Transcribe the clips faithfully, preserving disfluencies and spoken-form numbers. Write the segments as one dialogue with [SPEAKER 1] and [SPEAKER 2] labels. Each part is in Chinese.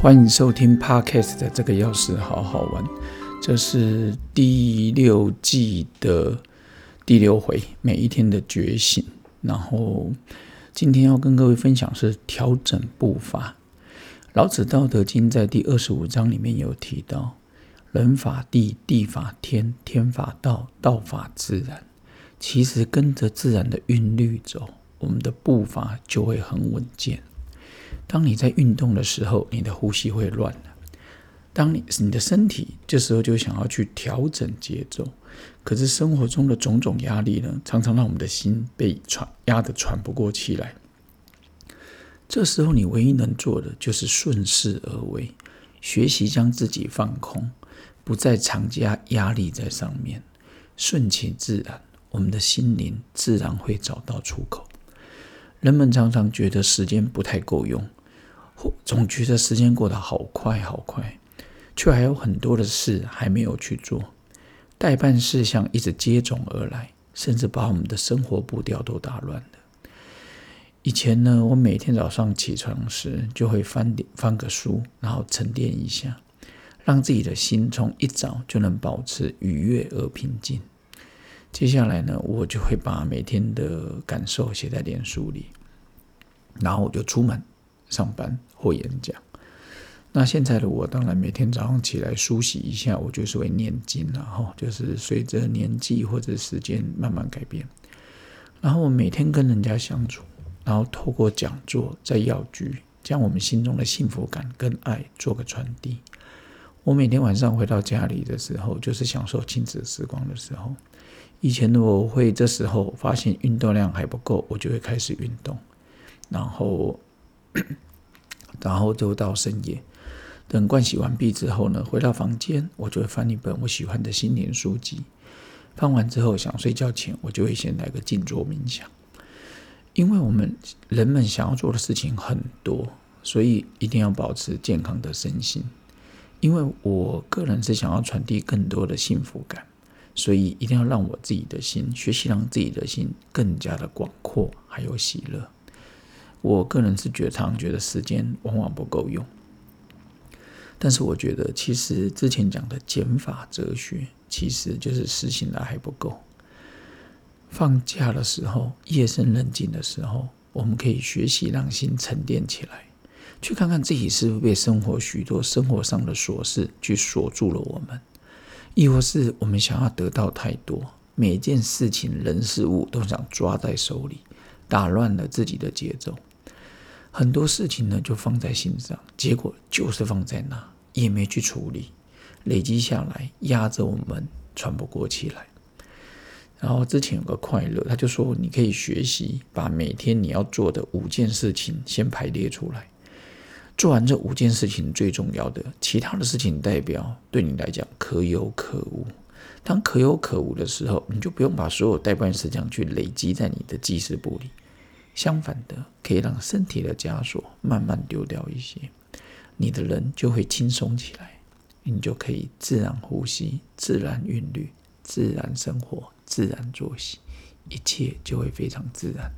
[SPEAKER 1] 欢迎收听 Podcast 的这个钥匙好好玩，这是第六季的第六回，每一天的觉醒。然后今天要跟各位分享是调整步伐。老子道德经在第二十五章里面有提到，人法地，地法天，天法道，道法自然。其实跟着自然的韵律走，我们的步伐就会很稳健。当你在运动的时候，你的呼吸会乱了。当你你的身体这时候就想要去调整节奏，可是生活中的种种压力呢，常常让我们的心被喘压得喘不过气来。这时候你唯一能做的就是顺势而为，学习将自己放空，不再强加压力在上面，顺其自然，我们的心灵自然会找到出口。人们常常觉得时间不太够用，总觉得时间过得好快好快，却还有很多的事还没有去做，待办事项一直接踵而来，甚至把我们的生活步调都打乱了。以前呢，我每天早上起床时就会翻翻个书，然后沉淀一下，让自己的心从一早就能保持愉悦而平静。接下来呢，我就会把每天的感受写在脸书里，然后我就出门上班或演讲。那现在的我当然每天早上起来梳洗一下，我就是会念经了，就是随着年纪或者时间慢慢改变。然后我每天跟人家相处，然后透过讲座在药局将我们心中的幸福感跟爱做个传递。我每天晚上回到家里的时候，就是享受亲子时光的时候。以前的我会这时候发现运动量还不够，我就会开始运动，然后然后就到深夜，等盥洗完毕之后呢，回到房间我就会翻一本我喜欢的心灵书籍。翻完之后想睡觉前，我就会先来个静坐冥想。因为我们人们想要做的事情很多，所以一定要保持健康的身心。因为我个人是想要传递更多的幸福感，所以一定要让我自己的心学习，让自己的心更加的广阔，还有喜乐。我个人是觉得常常觉得时间往往不够用，但是我觉得其实之前讲的减法哲学，其实就是实行的还不够。放假的时候，夜深人静的时候，我们可以学习让心沉淀起来，去看看自己是不是被生活许多生活上的琐事去锁住了我们，亦或是我们想要得到太多，每件事情人事物都想抓在手里，打乱了自己的节奏。很多事情呢就放在心上，结果就是放在那，也没去处理，累积下来压着我们喘不过气来。然后之前有个快乐，他就说你可以学习把每天你要做的五件事情先排列出来，做完这五件事情最重要的，其他的事情代表对你来讲可有可无。当可有可无的时候，你就不用把所有待办事项去累积在你的记事簿里，相反的，可以让身体的枷锁慢慢丢掉一些，你的人就会轻松起来，你就可以自然呼吸，自然韵律，自然生活，自然作息，一切就会非常自然。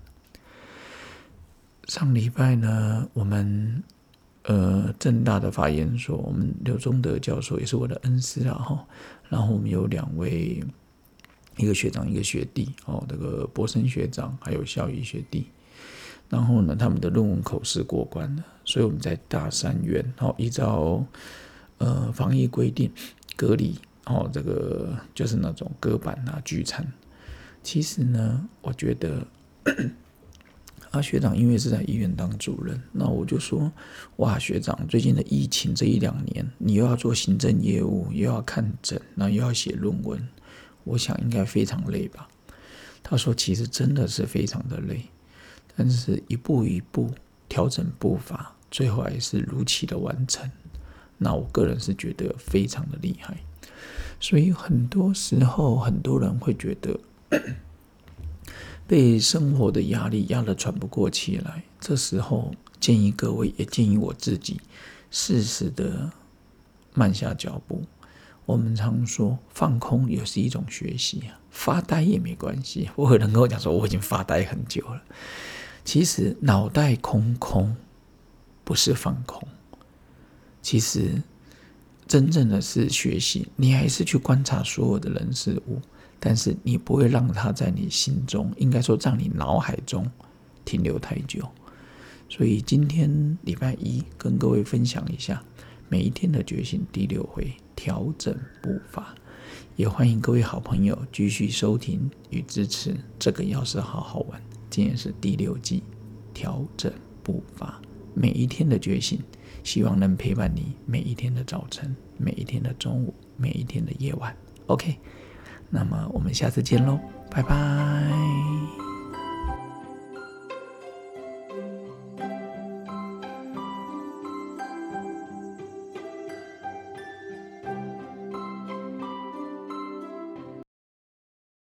[SPEAKER 1] 上礼拜呢，我们呃政大的法研所，我们刘宗德教授也是我的恩师啦，然后我们有两位，一个学长一个学弟，哦，这个博生学长还有孝仪学弟。然后呢，他们的论文口试过关了，所以我们在大三院，哦，依照呃防疫规定隔离，哦，这个就是那种隔板啊聚餐。其实呢，我觉得啊学长因为是在医院当主任，那我就说，哇，学长最近的疫情这一两年，你又要做行政业务，又要看诊，然后又要写论文，我想应该非常累吧？他说，其实真的是非常的累。但是一步一步调整步伐，最后还是如期的完成。那我个人是觉得非常的厉害。所以很多时候，很多人会觉得被生活的压力压得喘不过气来。这时候建议各位，也建议我自己，适时的慢下脚步。我们常说放空也是一种学习，发呆也没关系。我有人跟我讲说，我已经发呆很久了。其实脑袋空空不是放空， 其实真正的是学习，你还是去观察所有的人事物，但是你不会让它在你心中，应该说让你脑海中停留太久。所以今天礼拜一跟各位分享一下每一天的觉醒第六回，调整步伐。也欢迎各位好朋友继续收听与支持这个要是好好玩。今天是第六季，调整步伐，每一天的觉醒，希望能陪伴你每一天的早晨，每一天的中午，每一天的夜晚。 OK， 那么我们下次见咯，拜拜。